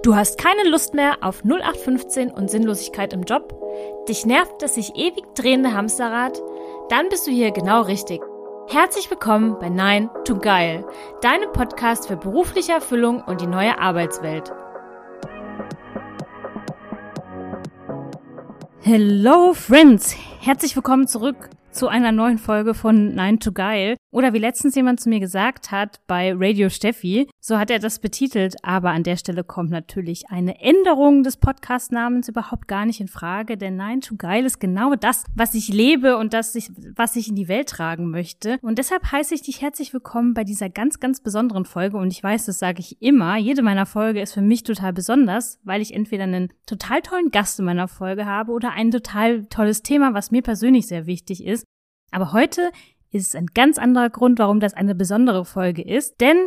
Du hast keine Lust mehr auf 0815 und Sinnlosigkeit im Job? Dich nervt das sich ewig drehende Hamsterrad? Dann bist du hier genau richtig. Herzlich willkommen bei 9 to Geil, deinem Podcast für berufliche Erfüllung und die neue Arbeitswelt. Hello Friends, herzlich willkommen zurück zu einer neuen Folge von 9 to Geil. Oder wie letztens jemand zu mir gesagt hat, bei Radio Steffi, so hat er das betitelt, aber an der Stelle kommt natürlich eine Änderung des Podcast-Namens überhaupt gar nicht in Frage, denn 9 to Geil ist genau das, was ich lebe und was ich in die Welt tragen möchte. Und deshalb heiße ich dich herzlich willkommen bei dieser ganz, ganz besonderen Folge. Und ich weiß, das sage ich immer, jede meiner Folge ist für mich total besonders, weil ich entweder einen total tollen Gast in meiner Folge habe oder ein total tolles Thema, was mir persönlich sehr wichtig ist. Aber heute ist es ein ganz anderer Grund, warum das eine besondere Folge ist, denn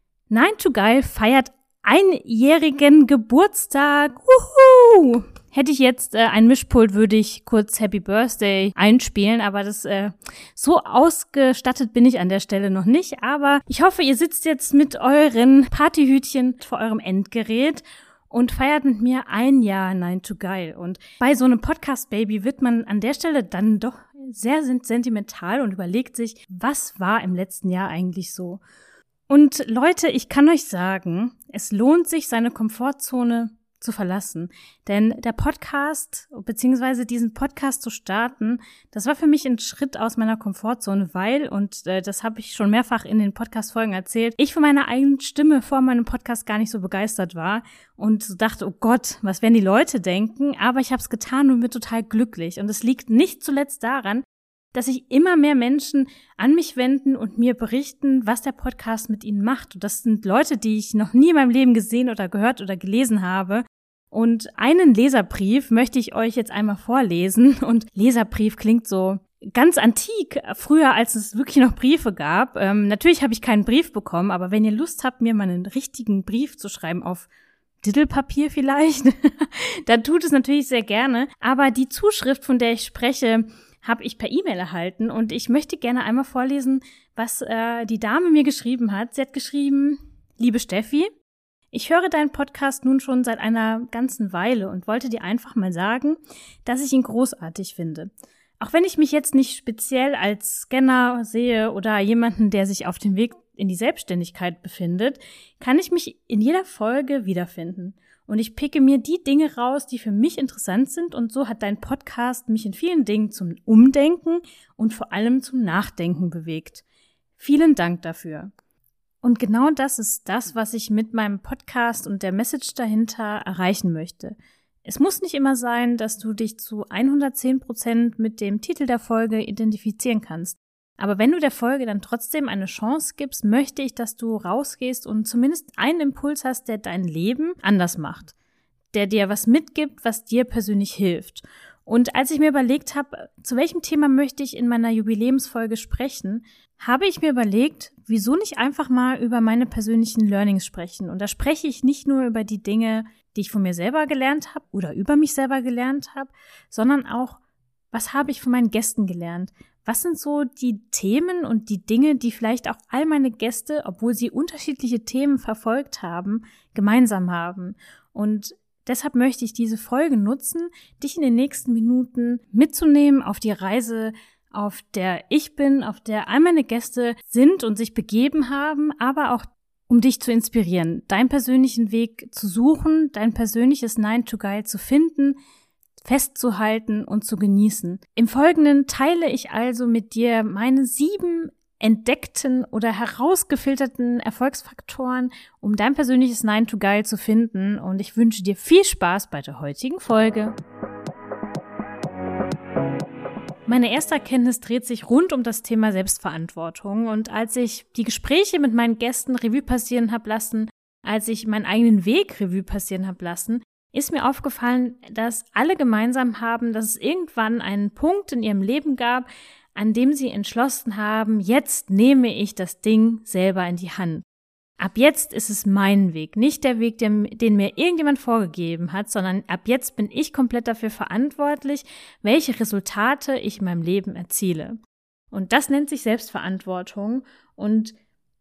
9 to Geil feiert einjährigen Geburtstag. Wuhu! Hätte ich jetzt ein Mischpult, würde ich kurz Happy Birthday einspielen, aber so ausgestattet bin ich an der Stelle noch nicht. Aber ich hoffe, ihr sitzt jetzt mit euren Partyhütchen vor eurem Endgerät und feiert mit mir ein Jahr 9 to Geil. Und bei so einem Podcast-Baby wird man an der Stelle dann doch sehr sentimental und überlegt sich, was war im letzten Jahr eigentlich so? Und Leute, ich kann euch sagen, es lohnt sich, seine Komfortzone zu verlassen. Denn der Podcast, beziehungsweise diesen Podcast zu starten, das war für mich ein Schritt aus meiner Komfortzone, weil, und das habe ich schon mehrfach in den Podcast-Folgen erzählt, ich von meiner eigenen Stimme vor meinem Podcast gar nicht so begeistert war und so dachte, oh Gott, was werden die Leute denken? Aber ich habe es getan und bin total glücklich. Und es liegt nicht zuletzt daran, dass sich immer mehr Menschen an mich wenden und mir berichten, was der Podcast mit ihnen macht. Und das sind Leute, die ich noch nie in meinem Leben gesehen oder gehört oder gelesen habe. Und einen Leserbrief möchte ich euch jetzt einmal vorlesen. Und Leserbrief klingt so ganz antik, früher als es wirklich noch Briefe gab. Natürlich habe ich keinen Brief bekommen, aber wenn ihr Lust habt, mir mal einen richtigen Brief zu schreiben auf Dittelpapier vielleicht, dann tut es natürlich sehr gerne. Aber die Zuschrift, von der ich spreche, habe ich per E-Mail erhalten und ich möchte gerne einmal vorlesen, was die Dame mir geschrieben hat. Sie hat geschrieben: Liebe Steffi, ich höre deinen Podcast nun schon seit einer ganzen Weile und wollte dir einfach mal sagen, dass ich ihn großartig finde. Auch wenn ich mich jetzt nicht speziell als Scanner sehe oder jemanden, der sich auf dem Weg in die Selbstständigkeit befindet, kann ich mich in jeder Folge wiederfinden. Und ich picke mir die Dinge raus, die für mich interessant sind, und so hat dein Podcast mich in vielen Dingen zum Umdenken und vor allem zum Nachdenken bewegt. Vielen Dank dafür. Und genau das ist das, was ich mit meinem Podcast und der Message dahinter erreichen möchte. Es muss nicht immer sein, dass du dich zu 110% mit dem Titel der Folge identifizieren kannst. Aber wenn du der Folge dann trotzdem eine Chance gibst, möchte ich, dass du rausgehst und zumindest einen Impuls hast, der dein Leben anders macht, der dir was mitgibt, was dir persönlich hilft. Und als ich mir überlegt habe, zu welchem Thema möchte ich in meiner Jubiläumsfolge sprechen, habe ich mir überlegt, wieso nicht einfach mal über meine persönlichen Learnings sprechen. Und da spreche ich nicht nur über die Dinge, die ich von mir selber gelernt habe oder über mich selber gelernt habe, sondern auch, was habe ich von meinen Gästen gelernt? Was sind so die Themen und die Dinge, die vielleicht auch all meine Gäste, obwohl sie unterschiedliche Themen verfolgt haben, gemeinsam haben? Und deshalb möchte ich diese Folge nutzen, dich in den nächsten Minuten mitzunehmen auf die Reise, auf der ich bin, auf der all meine Gäste sind und sich begeben haben, aber auch um dich zu inspirieren, deinen persönlichen Weg zu suchen, dein persönliches 9 to Geil zu finden, festzuhalten und zu genießen. Im Folgenden teile ich also mit dir meine 7 entdeckten oder herausgefilterten Erfolgsfaktoren, um dein persönliches 9 to Geil zu finden, und ich wünsche dir viel Spaß bei der heutigen Folge. Meine erste Erkenntnis dreht sich rund um das Thema Selbstverantwortung, und als ich die Gespräche mit meinen Gästen Revue passieren habe lassen, als ich meinen eigenen Weg Revue passieren habe lassen, ist mir aufgefallen, dass alle gemeinsam haben, dass es irgendwann einen Punkt in ihrem Leben gab, an dem sie entschlossen haben, jetzt nehme ich das Ding selber in die Hand. Ab jetzt ist es mein Weg, nicht der Weg, den mir irgendjemand vorgegeben hat, sondern ab jetzt bin ich komplett dafür verantwortlich, welche Resultate ich in meinem Leben erziele. Und das nennt sich Selbstverantwortung, und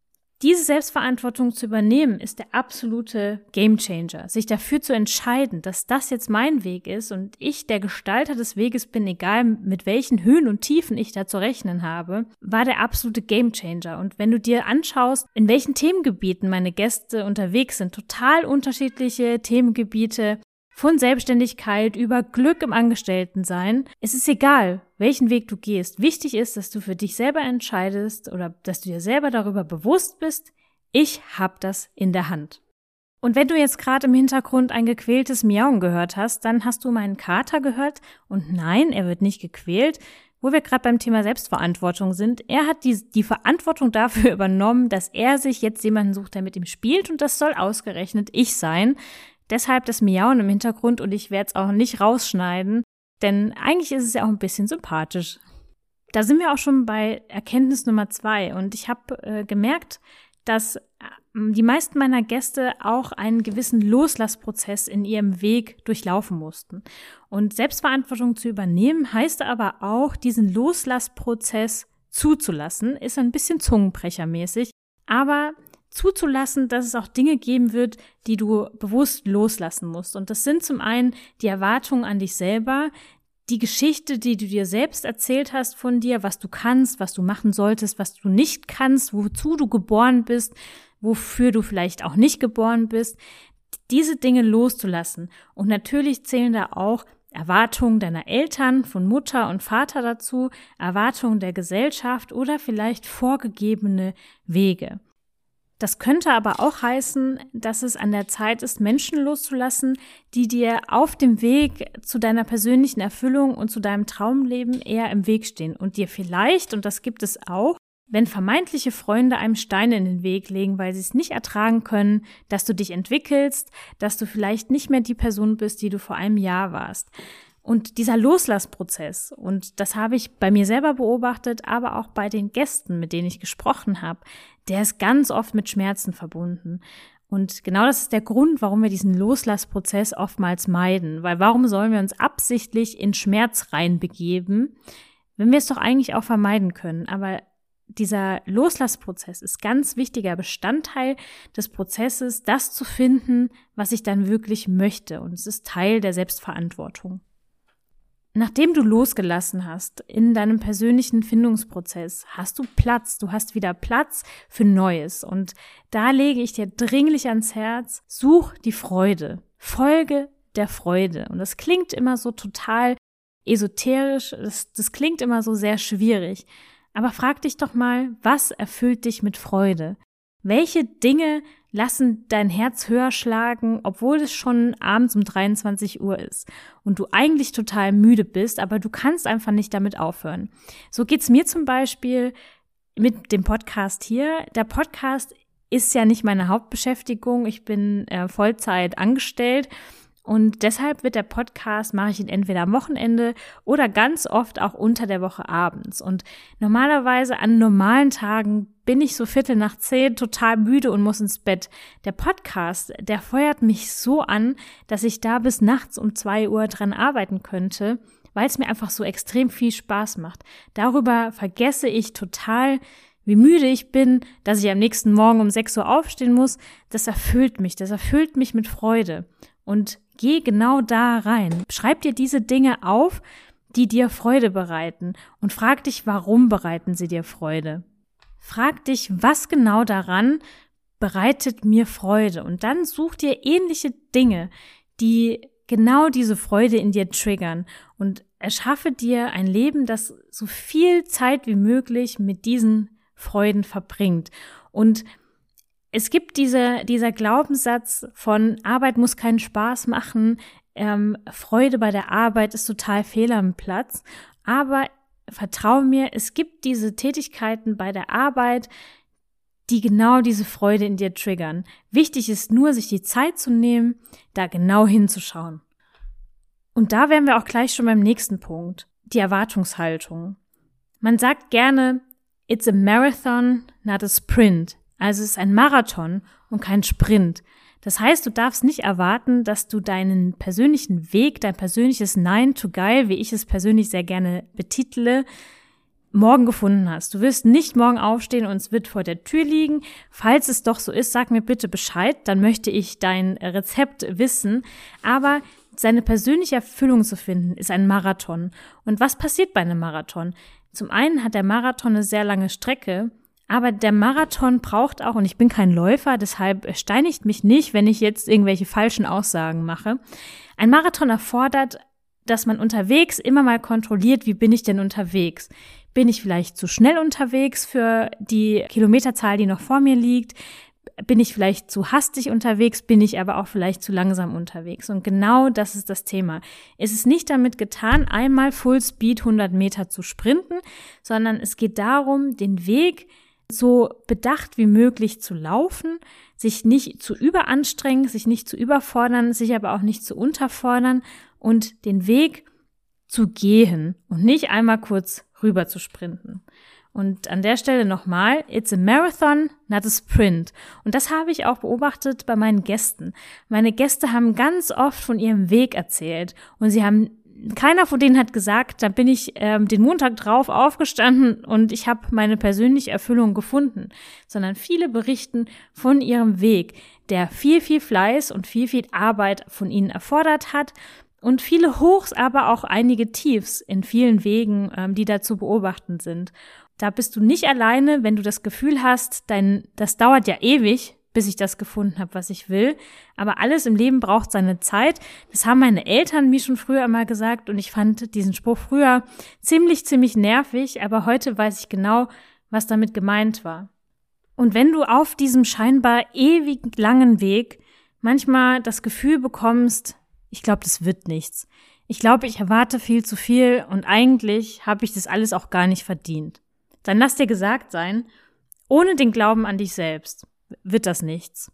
Diese Selbstverantwortung zu übernehmen, ist der absolute Gamechanger. Sich dafür zu entscheiden, dass das jetzt mein Weg ist und ich der Gestalter des Weges bin, egal mit welchen Höhen und Tiefen ich da zu rechnen habe, war der absolute Gamechanger. Und wenn du dir anschaust, in welchen Themengebieten meine Gäste unterwegs sind, total unterschiedliche Themengebiete, von Selbstständigkeit über Glück im Angestelltensein. Es ist egal, welchen Weg du gehst. Wichtig ist, dass du für dich selber entscheidest oder dass du dir selber darüber bewusst bist, ich habe das in der Hand. Und wenn du jetzt gerade im Hintergrund ein gequältes Miauen gehört hast, dann hast du meinen Kater gehört. Und nein, er wird nicht gequält. Wo wir gerade beim Thema Selbstverantwortung sind, er hat die Verantwortung dafür übernommen, dass er sich jetzt jemanden sucht, der mit ihm spielt. Und das soll ausgerechnet ich sein. Deshalb das Miauen im Hintergrund und ich werde es auch nicht rausschneiden, denn eigentlich ist es ja auch ein bisschen sympathisch. Da sind wir auch schon bei Erkenntnis Nummer 2 und ich habe gemerkt, dass die meisten meiner Gäste auch einen gewissen Loslassprozess in ihrem Weg durchlaufen mussten. Und Selbstverantwortung zu übernehmen heißt aber auch, diesen Loslassprozess zuzulassen, ist ein bisschen zungenbrechermäßig, aber zuzulassen, dass es auch Dinge geben wird, die du bewusst loslassen musst. Und das sind zum einen die Erwartungen an dich selber, die Geschichte, die du dir selbst erzählt hast von dir, was du kannst, was du machen solltest, was du nicht kannst, wozu du geboren bist, wofür du vielleicht auch nicht geboren bist, diese Dinge loszulassen. Und natürlich zählen da auch Erwartungen deiner Eltern, von Mutter und Vater dazu, Erwartungen der Gesellschaft oder vielleicht vorgegebene Wege. Das könnte aber auch heißen, dass es an der Zeit ist, Menschen loszulassen, die dir auf dem Weg zu deiner persönlichen Erfüllung und zu deinem Traumleben eher im Weg stehen und dir vielleicht, und das gibt es auch, wenn vermeintliche Freunde einem Steine in den Weg legen, weil sie es nicht ertragen können, dass du dich entwickelst, dass du vielleicht nicht mehr die Person bist, die du vor einem Jahr warst. Und dieser Loslassprozess, und das habe ich bei mir selber beobachtet, aber auch bei den Gästen, mit denen ich gesprochen habe, der ist ganz oft mit Schmerzen verbunden. Und genau das ist der Grund, warum wir diesen Loslassprozess oftmals meiden. Weil warum sollen wir uns absichtlich in Schmerz reinbegeben, wenn wir es doch eigentlich auch vermeiden können? Aber dieser Loslassprozess ist ganz wichtiger Bestandteil des Prozesses, das zu finden, was ich dann wirklich möchte. Und es ist Teil der Selbstverantwortung. Nachdem du losgelassen hast in deinem persönlichen Findungsprozess, hast du Platz, du hast wieder Platz für Neues. Und da lege ich dir dringlich ans Herz, such die Freude, folge der Freude. Und das klingt immer so total esoterisch, das klingt immer so sehr schwierig. Aber frag dich doch mal, was erfüllt dich mit Freude? Welche Dinge lassen dein Herz höher schlagen, obwohl es schon abends um 23 Uhr ist und du eigentlich total müde bist, aber du kannst einfach nicht damit aufhören. So geht's mir zum Beispiel mit dem Podcast hier. Der Podcast ist ja nicht meine Hauptbeschäftigung. Ich bin Vollzeit angestellt. Und deshalb wird der Podcast, mache ich ihn entweder am Wochenende oder ganz oft auch unter der Woche abends. Und normalerweise an normalen Tagen bin ich so 9:15 total müde und muss ins Bett. Der Podcast, der feuert mich so an, dass ich da bis nachts um 2 Uhr dran arbeiten könnte, weil es mir einfach so extrem viel Spaß macht. Darüber vergesse ich total, wie müde ich bin, dass ich am nächsten Morgen um 6 Uhr aufstehen muss. Das erfüllt mich mit Freude. Und geh genau da rein. Schreib dir diese Dinge auf, die dir Freude bereiten und frag dich, warum bereiten sie dir Freude? Frag dich, was genau daran bereitet mir Freude? Und dann such dir ähnliche Dinge, die genau diese Freude in dir triggern und erschaffe dir ein Leben, das so viel Zeit wie möglich mit diesen Freuden verbringt. Und es gibt dieser Glaubenssatz von Arbeit muss keinen Spaß machen, Freude bei der Arbeit ist total fehl am Platz, aber vertrau mir, es gibt diese Tätigkeiten bei der Arbeit, die genau diese Freude in dir triggern. Wichtig ist nur, sich die Zeit zu nehmen, da genau hinzuschauen. Und da wären wir auch gleich schon beim nächsten Punkt, die Erwartungshaltung. Man sagt gerne, it's a marathon, not a sprint. Also es ist ein Marathon und kein Sprint. Das heißt, du darfst nicht erwarten, dass du deinen persönlichen Weg, dein persönliches 9 to Geil, wie ich es persönlich sehr gerne betitle, morgen gefunden hast. Du wirst nicht morgen aufstehen und es wird vor der Tür liegen. Falls es doch so ist, sag mir bitte Bescheid, dann möchte ich dein Rezept wissen. Aber seine persönliche Erfüllung zu finden, ist ein Marathon. Und was passiert bei einem Marathon? Zum einen hat der Marathon eine sehr lange Strecke, aber der Marathon braucht auch, und ich bin kein Läufer, deshalb steinigt mich nicht, wenn ich jetzt irgendwelche falschen Aussagen mache. Ein Marathon erfordert, dass man unterwegs immer mal kontrolliert, wie bin ich denn unterwegs? Bin ich vielleicht zu schnell unterwegs für die Kilometerzahl, die noch vor mir liegt? Bin ich vielleicht zu hastig unterwegs? Bin ich aber auch vielleicht zu langsam unterwegs? Und genau das ist das Thema. Es ist nicht damit getan, einmal Full Speed 100 Meter zu sprinten, sondern es geht darum, den Weg so bedacht wie möglich zu laufen, sich nicht zu überanstrengen, sich nicht zu überfordern, sich aber auch nicht zu unterfordern und den Weg zu gehen und nicht einmal kurz rüber zu sprinten. Und an der Stelle nochmal, it's a marathon, not a sprint. Und das habe ich auch beobachtet bei meinen Gästen. Meine Gäste haben ganz oft von ihrem Weg erzählt und keiner von denen hat gesagt, da bin ich den Montag drauf aufgestanden und ich habe meine persönliche Erfüllung gefunden, sondern viele berichten von ihrem Weg, der viel, viel Fleiß und viel, viel Arbeit von ihnen erfordert hat und viele Hochs, aber auch einige Tiefs in vielen Wegen, die da zu beobachten sind. Da bist du nicht alleine, wenn du das Gefühl hast, das dauert ja ewig, bis ich das gefunden habe, was ich will. Aber alles im Leben braucht seine Zeit. Das haben meine Eltern mir schon früher mal gesagt und ich fand diesen Spruch früher ziemlich, ziemlich nervig, aber heute weiß ich genau, was damit gemeint war. Und wenn du auf diesem scheinbar ewig langen Weg manchmal das Gefühl bekommst, ich glaube, das wird nichts. Ich glaube, ich erwarte viel zu viel und eigentlich habe ich das alles auch gar nicht verdient. Dann lass dir gesagt sein, ohne den Glauben an dich selbst wird das nichts.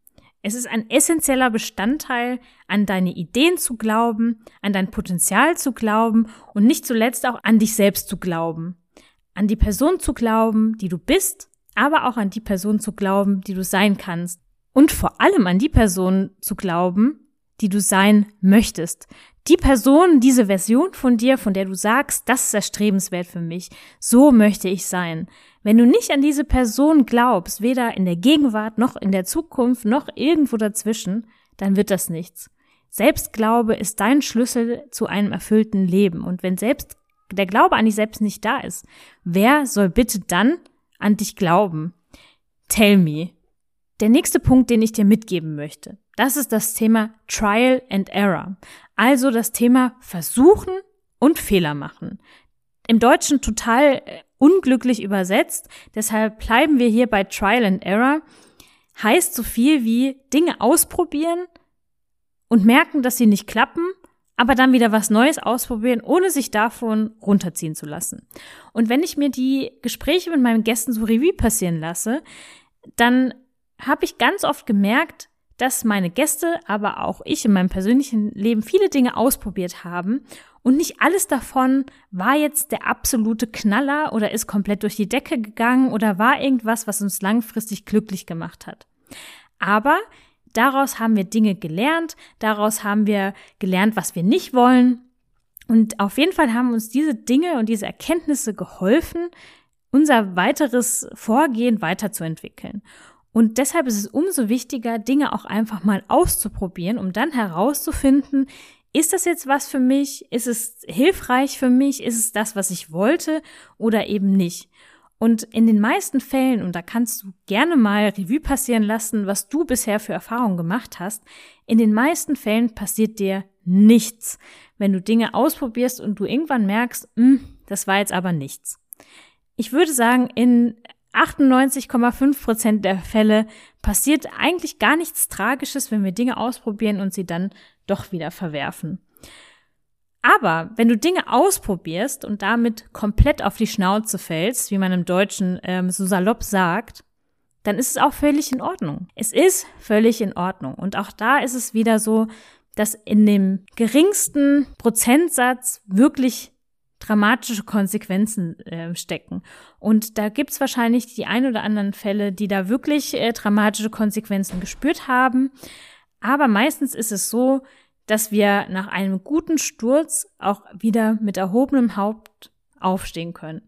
Es ist ein essentieller Bestandteil, an deine Ideen zu glauben, an dein Potenzial zu glauben und nicht zuletzt auch an dich selbst zu glauben. An die Person zu glauben, die du bist, aber auch an die Person zu glauben, die du sein kannst. Und vor allem an die Person zu glauben, die du sein möchtest. Die Person, diese Version von dir, von der du sagst, das ist erstrebenswert für mich, so möchte ich sein. Wenn du nicht an diese Person glaubst, weder in der Gegenwart noch in der Zukunft noch irgendwo dazwischen, dann wird das nichts. Selbstglaube ist dein Schlüssel zu einem erfüllten Leben. Und wenn selbst der Glaube an dich selbst nicht da ist, wer soll bitte dann an dich glauben? Tell me. Der nächste Punkt, den ich dir mitgeben möchte, das ist das Thema Trial and Error. Also das Thema Versuchen und Fehler machen. Im Deutschen total unglücklich übersetzt, deshalb bleiben wir hier bei Trial and Error. Heißt so viel wie Dinge ausprobieren und merken, dass sie nicht klappen, aber dann wieder was Neues ausprobieren, ohne sich davon runterziehen zu lassen. Und wenn ich mir die Gespräche mit meinen Gästen so Revue passieren lasse, dann habe ich ganz oft gemerkt, dass meine Gäste, aber auch ich in meinem persönlichen Leben viele Dinge ausprobiert haben und nicht alles davon war jetzt der absolute Knaller oder ist komplett durch die Decke gegangen oder war irgendwas, was uns langfristig glücklich gemacht hat. Aber daraus haben wir Dinge gelernt, daraus haben wir gelernt, was wir nicht wollen und auf jeden Fall haben uns diese Dinge und diese Erkenntnisse geholfen, unser weiteres Vorgehen weiterzuentwickeln. Und deshalb ist es umso wichtiger, Dinge auch einfach mal auszuprobieren, um dann herauszufinden, ist das jetzt was für mich? Ist es hilfreich für mich? Ist es das, was ich wollte oder eben nicht? Und in den meisten Fällen, und da kannst du gerne mal Revue passieren lassen, was du bisher für Erfahrungen gemacht hast, in den meisten Fällen passiert dir nichts, wenn du Dinge ausprobierst und du irgendwann merkst, das war jetzt aber nichts. Ich würde sagen, in 98,5% der Fälle passiert eigentlich gar nichts Tragisches, wenn wir Dinge ausprobieren und sie dann doch wieder verwerfen. Aber wenn du Dinge ausprobierst und damit komplett auf die Schnauze fällst, wie man im Deutschen so salopp sagt, dann ist es auch völlig in Ordnung. Es ist völlig in Ordnung. Und auch da ist es wieder so, dass in dem geringsten Prozentsatz wirklich dramatische Konsequenzen stecken. Und da gibt's wahrscheinlich die ein oder anderen Fälle, die da wirklich dramatische Konsequenzen gespürt haben. Aber meistens ist es so, dass wir nach einem guten Sturz auch wieder mit erhobenem Haupt aufstehen können.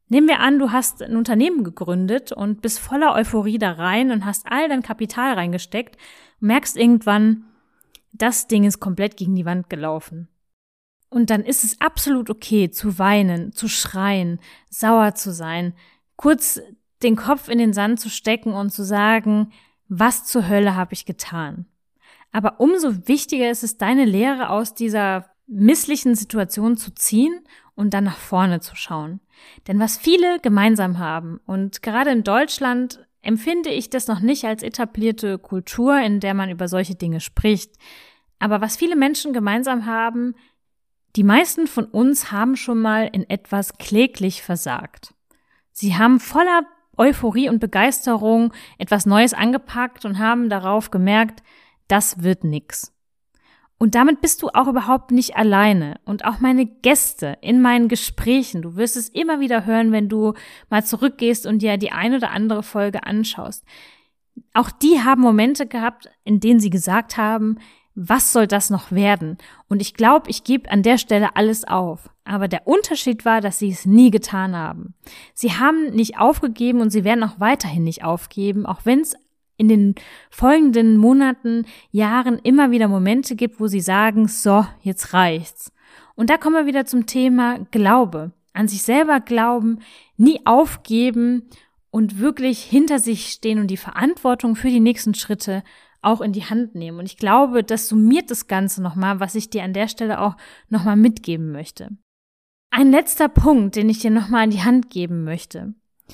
Nehmen wir an, du hast ein Unternehmen gegründet und bist voller Euphorie da rein und hast all dein Kapital reingesteckt und merkst irgendwann, das Ding ist komplett gegen die Wand gelaufen. Und dann ist es absolut okay, zu weinen, zu schreien, sauer zu sein, kurz den Kopf in den Sand zu stecken und zu sagen, was zur Hölle habe ich getan? Aber umso wichtiger ist es, deine Lehre aus dieser misslichen Situation zu ziehen und dann nach vorne zu schauen. Denn was viele gemeinsam haben, und gerade in Deutschland empfinde ich das noch nicht als etablierte Kultur, in der man über solche Dinge spricht, aber was viele Menschen gemeinsam haben, die meisten von uns haben schon mal in etwas kläglich versagt. Sie haben voller Euphorie und Begeisterung etwas Neues angepackt und haben darauf gemerkt, das wird nix. Und damit bist du auch überhaupt nicht alleine. Und auch meine Gäste in meinen Gesprächen, du wirst es immer wieder hören, wenn du mal zurückgehst und dir die ein oder andere Folge anschaust. Auch die haben Momente gehabt, in denen sie gesagt haben, was soll das noch werden? Und ich glaube, ich gebe an der Stelle alles auf. Aber der Unterschied war, dass sie es nie getan haben. Sie haben nicht aufgegeben und sie werden auch weiterhin nicht aufgeben, auch wenn es in den folgenden Monaten, Jahren immer wieder Momente gibt, wo sie sagen, so, jetzt reicht's. Und da kommen wir wieder zum Thema Glaube. An sich selber glauben, nie aufgeben und wirklich hinter sich stehen und die Verantwortung für die nächsten Schritte auch in die Hand nehmen. Und ich glaube, das summiert das Ganze nochmal, was ich dir an der Stelle auch nochmal mitgeben möchte. Ein letzter Punkt, den ich dir nochmal in die Hand geben möchte.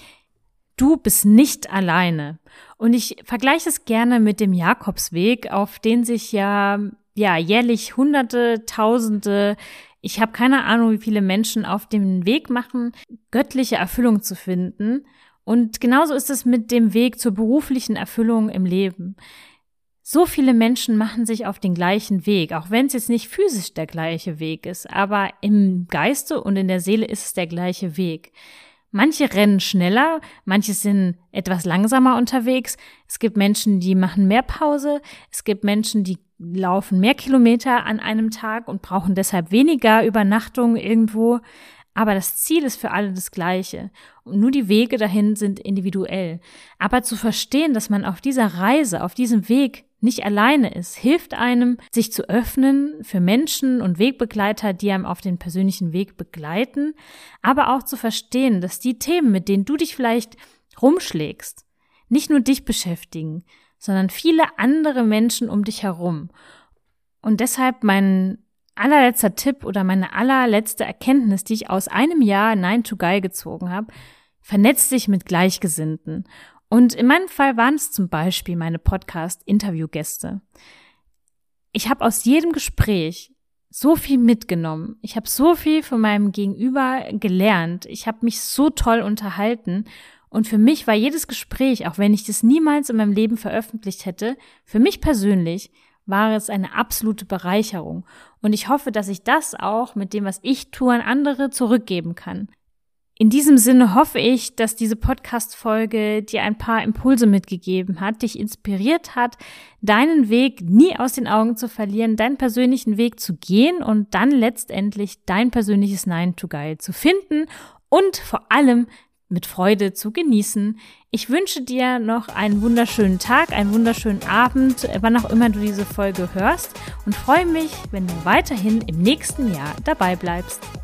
Du bist nicht alleine. Und ich vergleiche es gerne mit dem Jakobsweg, auf den sich ja jährlich Hunderte, Tausende, ich habe keine Ahnung, wie viele Menschen auf dem Weg machen, göttliche Erfüllung zu finden. Und genauso ist es mit dem Weg zur beruflichen Erfüllung im Leben. So viele Menschen machen sich auf den gleichen Weg, auch wenn es jetzt nicht physisch der gleiche Weg ist, aber im Geiste und in der Seele ist es der gleiche Weg. Manche rennen schneller, manche sind etwas langsamer unterwegs. Es gibt Menschen, die machen mehr Pause. Es gibt Menschen, die laufen mehr Kilometer an einem Tag und brauchen deshalb weniger Übernachtung irgendwo. Aber das Ziel ist für alle das Gleiche. Und nur die Wege dahin sind individuell. Aber zu verstehen, dass man auf dieser Reise, auf diesem Weg nicht alleine ist, hilft einem, sich zu öffnen für Menschen und Wegbegleiter, die einem auf den persönlichen Weg begleiten, aber auch zu verstehen, dass die Themen, mit denen du dich vielleicht rumschlägst, nicht nur dich beschäftigen, sondern viele andere Menschen um dich herum. Und deshalb mein allerletzter Tipp oder meine allerletzte Erkenntnis, die ich aus einem Jahr 9 to Guy gezogen habe: Vernetz dich mit Gleichgesinnten. Und in meinem Fall waren es zum Beispiel meine Podcast-Interviewgäste. Ich habe aus jedem Gespräch so viel mitgenommen. Ich habe so viel von meinem Gegenüber gelernt. Ich habe mich so toll unterhalten. Und für mich war jedes Gespräch, auch wenn ich das niemals in meinem Leben veröffentlicht hätte, für mich persönlich war es eine absolute Bereicherung. Und ich hoffe, dass ich das auch mit dem, was ich tue, an andere zurückgeben kann. In diesem Sinne hoffe ich, dass diese Podcast-Folge dir ein paar Impulse mitgegeben hat, dich inspiriert hat, deinen Weg nie aus den Augen zu verlieren, deinen persönlichen Weg zu gehen und dann letztendlich dein persönliches 9 to Guy zu finden und vor allem mit Freude zu genießen. Ich wünsche dir noch einen wunderschönen Tag, einen wunderschönen Abend, wann auch immer du diese Folge hörst, und freue mich, wenn du weiterhin im nächsten Jahr dabei bleibst.